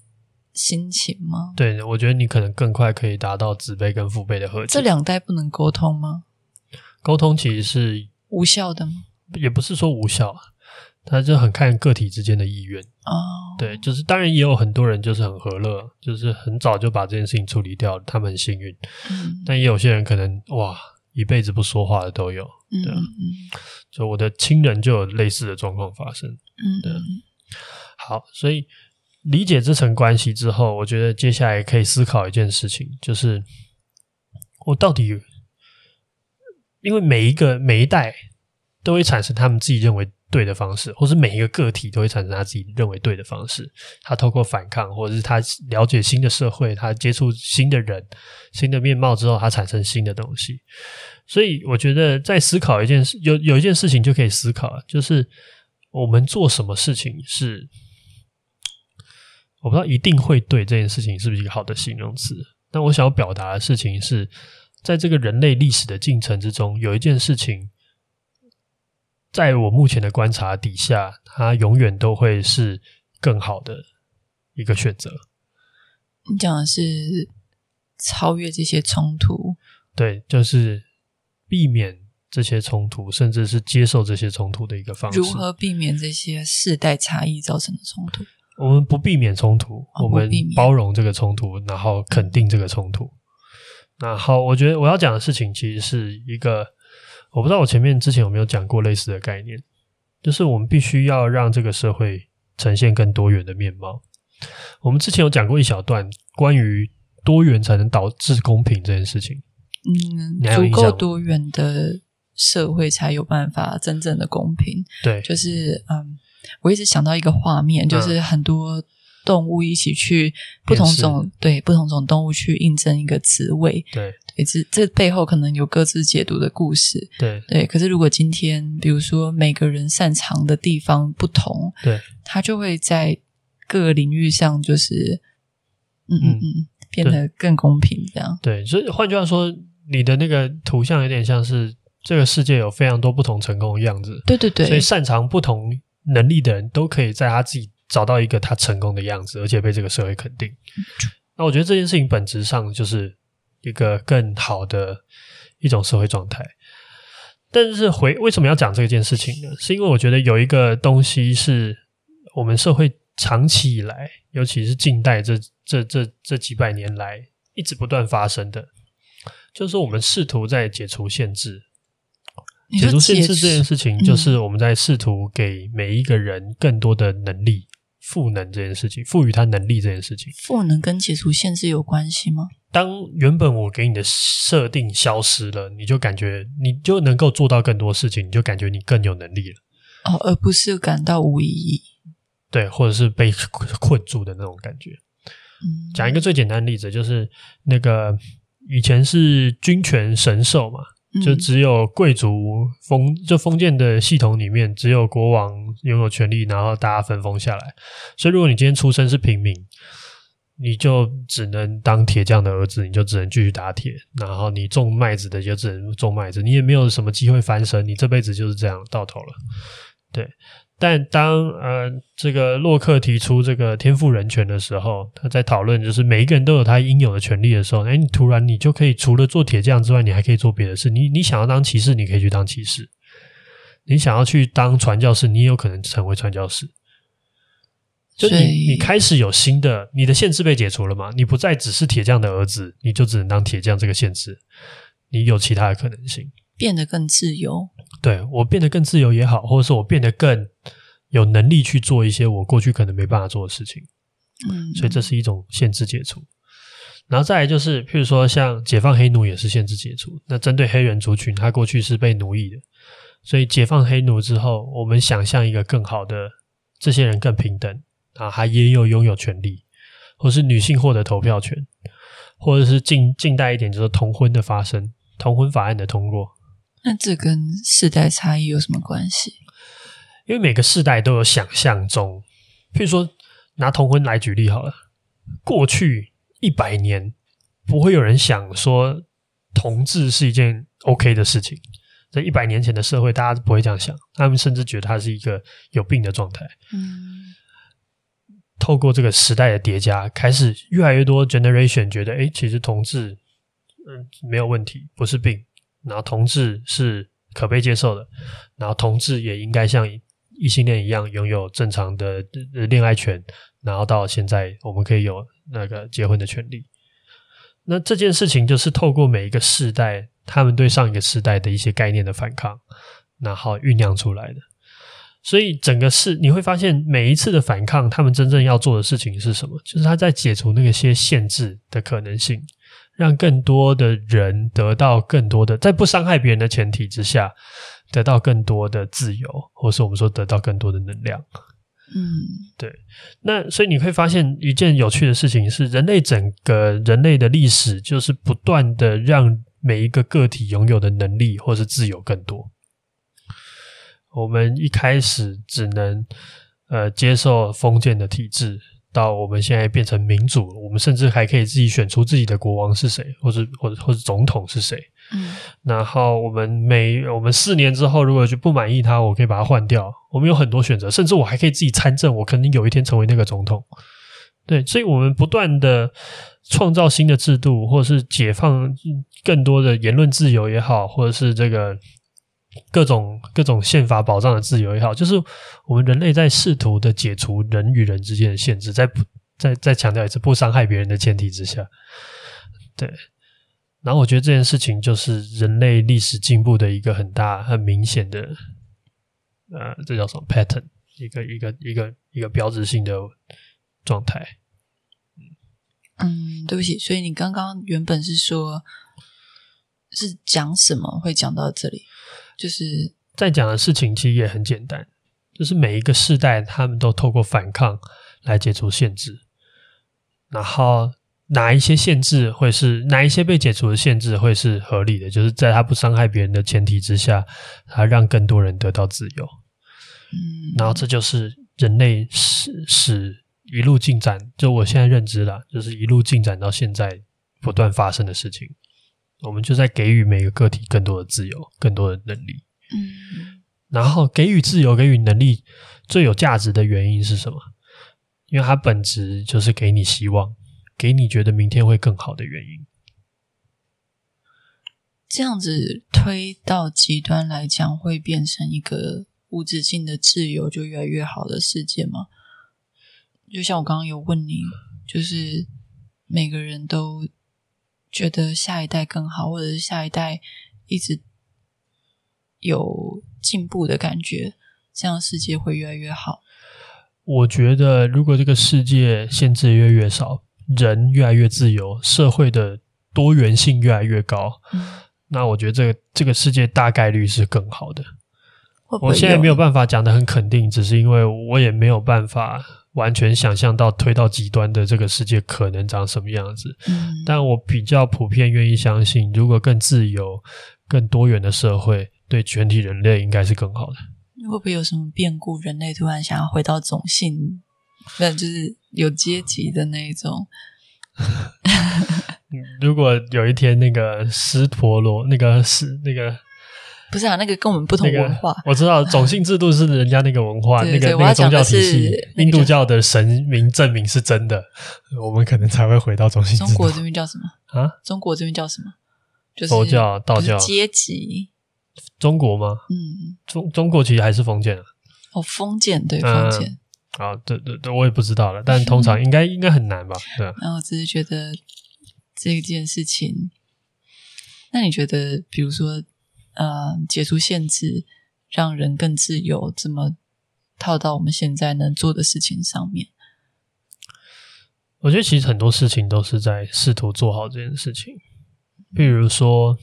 Speaker 3: 心情吗？
Speaker 2: 对，我觉得你可能更快可以达到子辈跟父辈的和解。
Speaker 3: 这两代不能沟通吗？
Speaker 2: 沟通其实是
Speaker 3: 无效的吗？
Speaker 2: 也不是说无效，它就很看个体之间的意愿。
Speaker 3: 哦，
Speaker 2: 对，就是当然也有很多人就是很和乐，就是很早就把这件事情处理掉，他们很幸运。嗯，但也有些人可能哇一辈子不说话的都有。
Speaker 3: 嗯
Speaker 2: 对啊，
Speaker 3: 嗯，
Speaker 2: 就我的亲人就有类似的状况发生。
Speaker 3: 嗯，
Speaker 2: 对。好，所以理解这层关系之后，我觉得接下来可以思考一件事情，就是我到底，因为每一个每一代都会产生他们自己认为对的方式，或是每一个个体都会产生他自己认为对的方式。他透过反抗，或者是他了解新的社会，他接触新的人、新的面貌之后，他产生新的东西。所以我觉得在思考一件事，有有一件事情就可以思考，就是我们做什么事情是，我不知道一定会对这件事情是不是一个好的形容词。但我想要表达的事情是，在这个人类历史的进程之中，有一件事情在我目前的观察底下，它永远都会是更好的一个选择。
Speaker 3: 你讲的是超越这些冲突？对，
Speaker 2: 就是避免这些冲突，甚至是接受这些冲突的一个方式。
Speaker 3: 如何避免这些世代差异造成的冲突？
Speaker 2: 我们不避免冲突，
Speaker 3: 哦、
Speaker 2: 我们包容这个冲突，然后肯定这个冲突。那好，我觉得我要讲的事情其实是一个，我不知道我前面之前有没有讲过类似的概念，就是我们必须要让这个社会呈现更多元的面貌。我们之前有讲过一小段关于多元才能导致公平这件事情。
Speaker 3: 嗯，足够多元的社会才有办法真正的公平。
Speaker 2: 对，
Speaker 3: 就是嗯，我一直想到一个画面，就是很多动物一起去不同种对不同种动物去应征一个职位。
Speaker 2: 对
Speaker 3: 对，这这背后可能有各自解读的故事。
Speaker 2: 对
Speaker 3: 对，可是如果今天比如说每个人擅长的地方不同，
Speaker 2: 对，
Speaker 3: 他就会在各个领域上就是嗯嗯嗯变得更公平这样。
Speaker 2: 对，所以换句话说，你的那个图像有点像是这个世界有非常多不同成功的样子。
Speaker 3: 对对对，
Speaker 2: 所以擅长不同能力的人都可以在他自己找到一个他成功的样子，而且被这个社会肯定。那我觉得这件事情本质上就是一个更好的一种社会状态。但是回为什么要讲这件事情呢？是因为我觉得有一个东西是我们社会长期以来，尤其是近代这这这这几百年来一直不断发生的，就是我们试图在解除限制。解除限制这件事情，就是我们在试图给每一个人更多的能力，赋能这件事情，赋予他能力这件事情。
Speaker 3: 赋能跟解除限制有关系吗？
Speaker 2: 当原本我给你的设定消失了，你就感觉你就能够做到更多事情，你就感觉你更有能力了。
Speaker 3: 哦，而不是感到无意义。
Speaker 2: 对，或者是被困住的那种感觉。嗯，讲一个最简单的例子，就是那个以前是君权神授嘛。就只有贵族封就封建的系统里面，只有国王拥有权力，然后大家分封下来。所以如果你今天出生是平民，你就只能当铁匠的儿子，你就只能继续打铁，然后你种麦子的就只能种麦子，你也没有什么机会翻身，你这辈子就是这样到头了。对，但当呃这个洛克提出这个天赋人权的时候，他在讨论就是每一个人都有他应有的权利的时候，诶，你突然你就可以除了做铁匠之外，你还可以做别的事。你你想要当骑士，你可以去当骑士；你想要去当传教士，你也有可能成为传教士。就你你开始有新的，你的限制被解除了嘛？你不再只是铁匠的儿子，你就只能当铁匠这个限制，你有其他的可能性，
Speaker 3: 变得更自由。
Speaker 2: 对，我变得更自由也好，或者是我变得更有能力去做一些我过去可能没办法做的事情。嗯，所以这是一种限制解除。然后再来就是譬如说像解放黑奴也是限制解除，那针对黑人族群，他过去是被奴役的，所以解放黑奴之后，我们想象一个更好的，这些人更平等，然后他也有拥有权利，或是女性获得投票权，或者是近近代一点就是同婚的发生，同婚法案的通过。
Speaker 3: 那这跟世代差异有什么关系？
Speaker 2: 因为每个世代都有想象中，譬如说拿同婚来举例好了，过去一百年不会有人想说同志是一件 OK 的事情，在一百年前的社会大家不会这样想，他们甚至觉得它是一个有病的状态。嗯， 透过这个时代的叠加，开始越来越多 generation 觉得，诶，其实同志嗯没有问题，不是病，然后同志是可被接受的，然后同志也应该像异性恋一样拥有正常的恋爱权，然后到现在我们可以有那个结婚的权利。那这件事情就是透过每一个世代他们对上一个世代的一些概念的反抗，然后酝酿出来的。所以整个是你会发现每一次的反抗他们真正要做的事情是什么，就是他在解除那些限制的可能性，让更多的人得到更多的，在不伤害别人的前提之下得到更多的自由，或是我们说得到更多的能量。
Speaker 3: 嗯，
Speaker 2: 对。那所以你会发现一件有趣的事情是，人类整个人类的历史就是不断的让每一个个体拥有的能力或是自由更多。我们一开始只能呃接受封建的体制，到我们现在变成民主，我们甚至还可以自己选出自己的国王是谁，或者或者或者总统是谁。
Speaker 3: 嗯，
Speaker 2: 然后我们每我们四年之后如果就不满意他，我可以把他换掉。我们有很多选择，甚至我还可以自己参政，我可能有一天成为那个总统。对，所以我们不断的创造新的制度，或者是解放更多的言论自由也好，或者是这个各种各种宪法保障的自由也好，就是我们人类在试图的解除人与人之间的限制，在不再再强调一次不伤害别人的前提之下。对，然后我觉得这件事情就是人类历史进步的一个很大很明显的呃，这叫什么 pattern， 一个一个一个一个标志性的状态。
Speaker 3: 嗯，对不起，所以你刚刚原本是说是讲什么会讲到这里？就是
Speaker 2: 在讲的事情其实也很简单，就是每一个世代他们都透过反抗来解除限制，然后哪一些限制会是哪一些被解除的限制会是合理的，就是在他不伤害别人的前提之下，他让更多人得到自由。
Speaker 3: 嗯，
Speaker 2: 然后这就是人类史史一路进展，就我现在认知啦，就是一路进展到现在不断发生的事情。我们就在给予每个个体更多的自由，更多的能力。
Speaker 3: 嗯，
Speaker 2: 然后给予自由给予能力最有价值的原因是什么？因为它本质就是给你希望，给你觉得明天会更好的原因。
Speaker 3: 这样子推到极端来讲，会变成一个无止境的自由就越来越好的世界吗？就像我刚刚有问你，就是每个人都觉得下一代更好，或者是下一代一直有进步的感觉，这样世界会越来越好。
Speaker 2: 我觉得如果这个世界限制越来越少，人越来越自由，社会的多元性越来越高，
Speaker 3: 嗯，
Speaker 2: 那我觉得这个这个世界大概率是更好的。
Speaker 3: 会不会有？
Speaker 2: 我现在没有办法讲得很肯定，只是因为我也没有办法完全想象到推到极端的这个世界可能长什么样子。
Speaker 3: 嗯，
Speaker 2: 但我比较普遍愿意相信，如果更自由更多元的社会对全体人类应该是更好的。
Speaker 3: 会不会有什么变故，人类突然想要回到种姓，不就是有阶级的那一种？
Speaker 2: 如果有一天那个湿陀罗那个是那个
Speaker 3: 不是啊，那个跟我们不同文化，
Speaker 2: 那个、我知道种姓制度是人家那个文化，
Speaker 3: 对对对，
Speaker 2: 那个那个宗教体系，
Speaker 3: 那个、
Speaker 2: 印度教的神明证明是真的，我们可能才会回到种姓制度。
Speaker 3: 中国这边叫什么
Speaker 2: 啊？
Speaker 3: 中国这边叫什么？就是
Speaker 2: 佛教、道教、
Speaker 3: 阶级。
Speaker 2: 中国吗？
Speaker 3: 嗯，
Speaker 2: 中中国其实还是封建啊。
Speaker 3: 哦，封建对封建。
Speaker 2: 嗯啊，对对对，我也不知道了，但通常应该应该很难吧？对啊。
Speaker 3: 然后只是觉得这件事情，那你觉得，比如说，呃，解除限制，让人更自由，怎么套到我们现在能做的事情上面？
Speaker 2: 我觉得其实很多事情都是在试图做好这件事情，比如说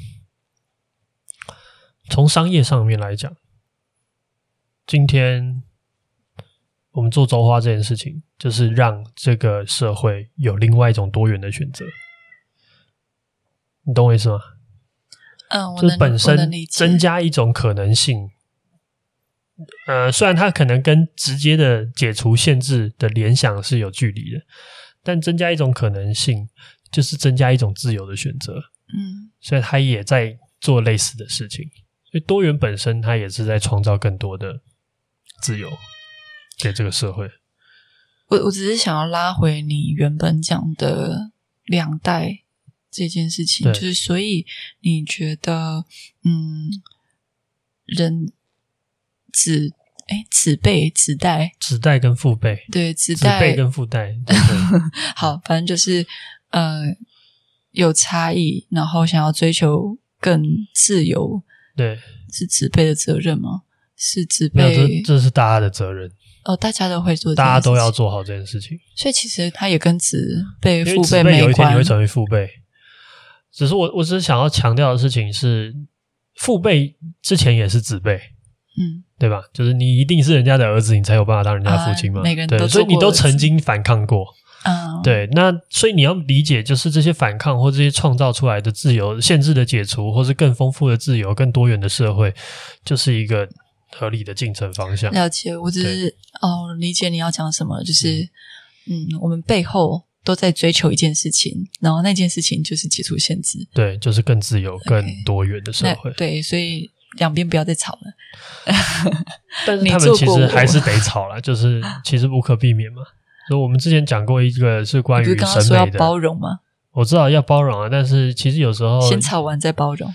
Speaker 2: 从商业上面来讲，今天我们做周花这件事情，就是让这个社会有另外一种多元的选择。你懂我意思吗？
Speaker 3: 嗯，我
Speaker 2: 就是本身增
Speaker 3: 加
Speaker 2: 加一种可能性。呃，虽然它可能跟直接的解除限制的联想是有距离的，但增加一种可能性，就是增加一种自由的选择。
Speaker 3: 嗯，
Speaker 2: 所以它也在做类似的事情。所以多元本身，它也是在创造更多的自由给这个社会。
Speaker 3: 我我只是想要拉回你原本讲的两代这件事情，就是所以你觉得嗯，人子哎子辈子代
Speaker 2: 子代跟父辈，
Speaker 3: 对子代
Speaker 2: 子辈跟父代对对
Speaker 3: 好，反正就是呃有差异，然后想要追求更自由，
Speaker 2: 对，
Speaker 3: 是子辈的责任吗？是子辈，
Speaker 2: 没有，这这是大家的责任
Speaker 3: 哦，大家都会做这件事情，
Speaker 2: 大家都要做好这件事情。
Speaker 3: 所以其实它也跟子辈父
Speaker 2: 辈
Speaker 3: 没关，
Speaker 2: 有一天你会成为父辈。只是我我只是想要强调的事情是，父辈之前也是子辈，
Speaker 3: 嗯，
Speaker 2: 对吧？就是你一定是人家的儿子，你才有办法当人家的父亲嘛。
Speaker 3: 啊、每个人都
Speaker 2: 对，所以你都曾经反抗过。
Speaker 3: 嗯，
Speaker 2: 对，那所以你要理解，就是这些反抗或这些创造出来的自由、限制的解除，或是更丰富的自由、更多元的社会，就是一个合理的进程方向。
Speaker 3: 了解，我只是哦理解你要讲什么，就是嗯，嗯，我们背后都在追求一件事情，然后那件事情就是解除限制，
Speaker 2: 对，就是更自由、更多元的社会。
Speaker 3: 对，所以两边不要再吵了。
Speaker 2: 但是他们其实还是得吵啦，就是其实无可避免嘛。所以我们之前讲过一个是关于审美的，
Speaker 3: 你不是刚刚说要包容吗？
Speaker 2: 我知道要包容啊，但是其实有时候
Speaker 3: 先吵完再包容。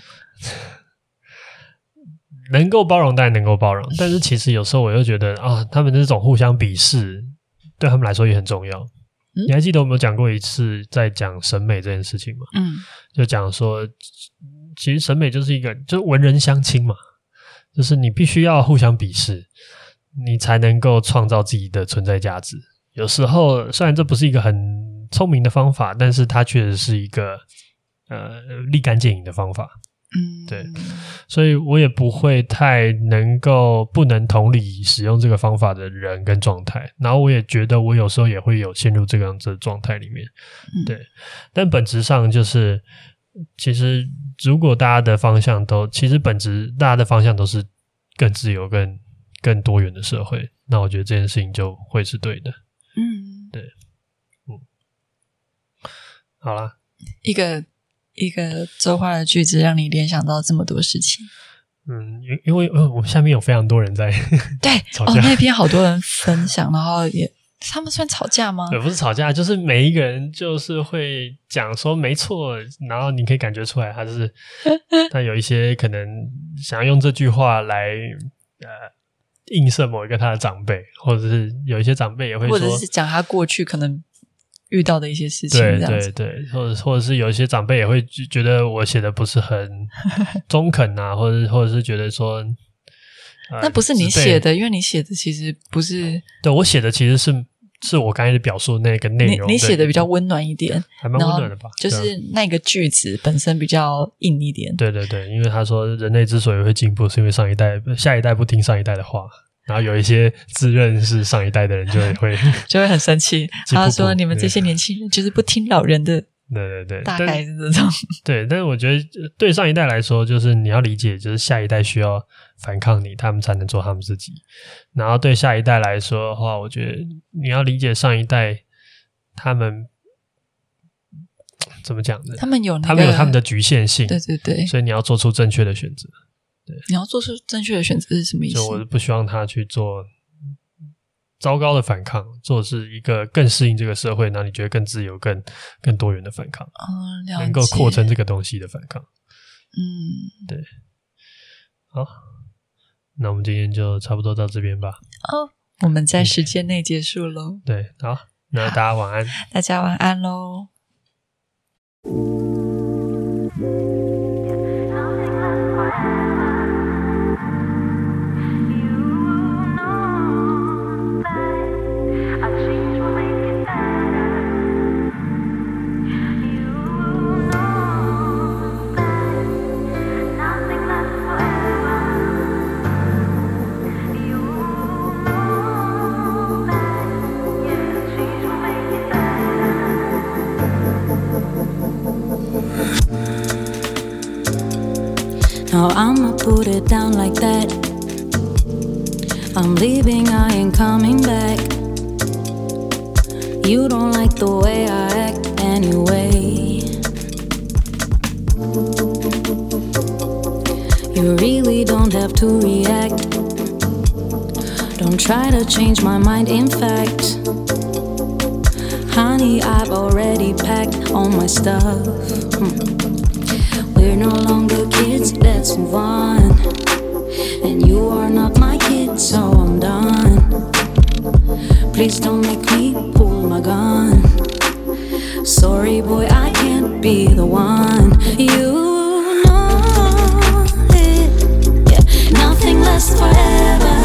Speaker 2: 能够包容当然能够包容，但是其实有时候我又觉得啊，他们这种互相鄙视对他们来说也很重要。嗯、你还记得我们有讲过一次在讲审美这件事情吗？嗯，就讲说其实审美就是一个就是文人相亲嘛，就是你必须要互相鄙视你才能够创造自己的存在价值。有时候虽然这不是一个很聪明的方法，但是它确实是一个呃立竿见影的方法。嗯，对，所以我也不会太能够不能同理使用这个方法的人跟状态，然后我也觉得我有时候也会有陷入这个样子的状态里面。嗯、对，但本质上就是其实如果大家的方向都其实本质大家的方向都是更自由更更多元的社会，那我觉得这件事情就会是对的。嗯，对，嗯，好啦，
Speaker 3: 一个一个周话的句子让你联想到这么多事情。
Speaker 2: 嗯，因为我们下面有非常多人在
Speaker 3: 对
Speaker 2: 吵架，
Speaker 3: 哦，那篇好多人分享，然后也他们算吵架吗？
Speaker 2: 对，不是吵架，就是每一个人就是会讲说没错，然后你可以感觉出来他是他有一些可能想要用这句话来呃映射某一个他的长辈，或者是有一些长辈也会说，
Speaker 3: 或者是讲他过去可能遇到的一些事情，
Speaker 2: 对对对，或者或者是有一些长辈也会觉得我写的不是很中肯啊，或者或者是觉得说，
Speaker 3: 呃、那不是你写的，因为你写的其实不是，
Speaker 2: 对我写的其实是是我刚才表述那个内容，
Speaker 3: 你, 你写的比较温暖一点，
Speaker 2: 还蛮温暖的吧？
Speaker 3: 就是那个句子本身比较硬一点。
Speaker 2: 对对对，因为他说人类之所以会进步，是因为上一代下一代不听上一代的话。然后有一些自认是上一代的人就会
Speaker 3: 就会很生气，他说你们这些年轻人就是不听老人的，
Speaker 2: 对对对，
Speaker 3: 大概是这种。
Speaker 2: 对，但是我觉得对上一代来说，就是你要理解，就是下一代需要反抗你，他们才能做他们自己。然后对下一代来说的话，我觉得你要理解上一代他们怎么讲呢？
Speaker 3: 他们有、那个、
Speaker 2: 他们有他们的局限性，
Speaker 3: 对对对，
Speaker 2: 所以你要做出正确的选择。对，
Speaker 3: 你要做出正确的选择是什么意思？
Speaker 2: 就我不希望他去做糟糕的反抗，做的是一个更适应这个社会，然后你觉得更自由、更更多元的反抗，
Speaker 3: 哦，了解，
Speaker 2: 能够扩增这个东西的反抗。
Speaker 3: 嗯，
Speaker 2: 对。好，那我们今天就差不多到这边吧。
Speaker 3: 哦，我们在时间内结束咯。
Speaker 2: 对，好，那大家晚安。
Speaker 3: 大家晚安咯。
Speaker 4: Now I'ma put it down like that. I'm leaving, I ain't coming back. You don't like the way I act anyway. You really don't have to react. Don't try to change my mind, in fact honey, I've already packed all my stuff. Hmm. We're no longer kids, let's move on. And you are not my kid, so I'm done. Please don't make me pull my gun. Sorry boy, I can't be the one. You know it, yeah, nothing lasts forever.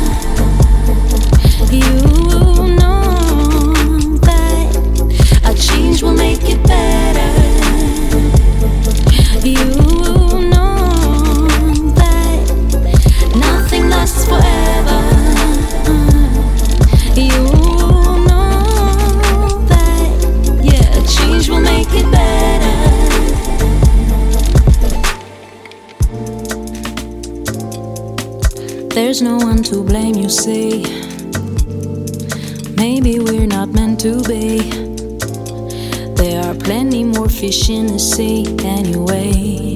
Speaker 4: You know that a change will make it better. You know that nothing lasts forever. You know that, yeah, a change will make it better. There's no one to blame, you see. Maybe we're not meant to be. There are plenty more fish in the sea anyway.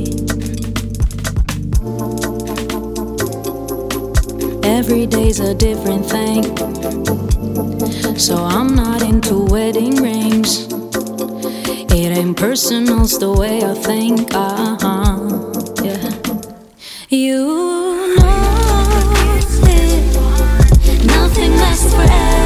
Speaker 4: Every day's a different thing, so I'm not into wedding rings. It ain't personal, it's the way I think. Uh-huh, yeah. You know it, nothing lasts forever.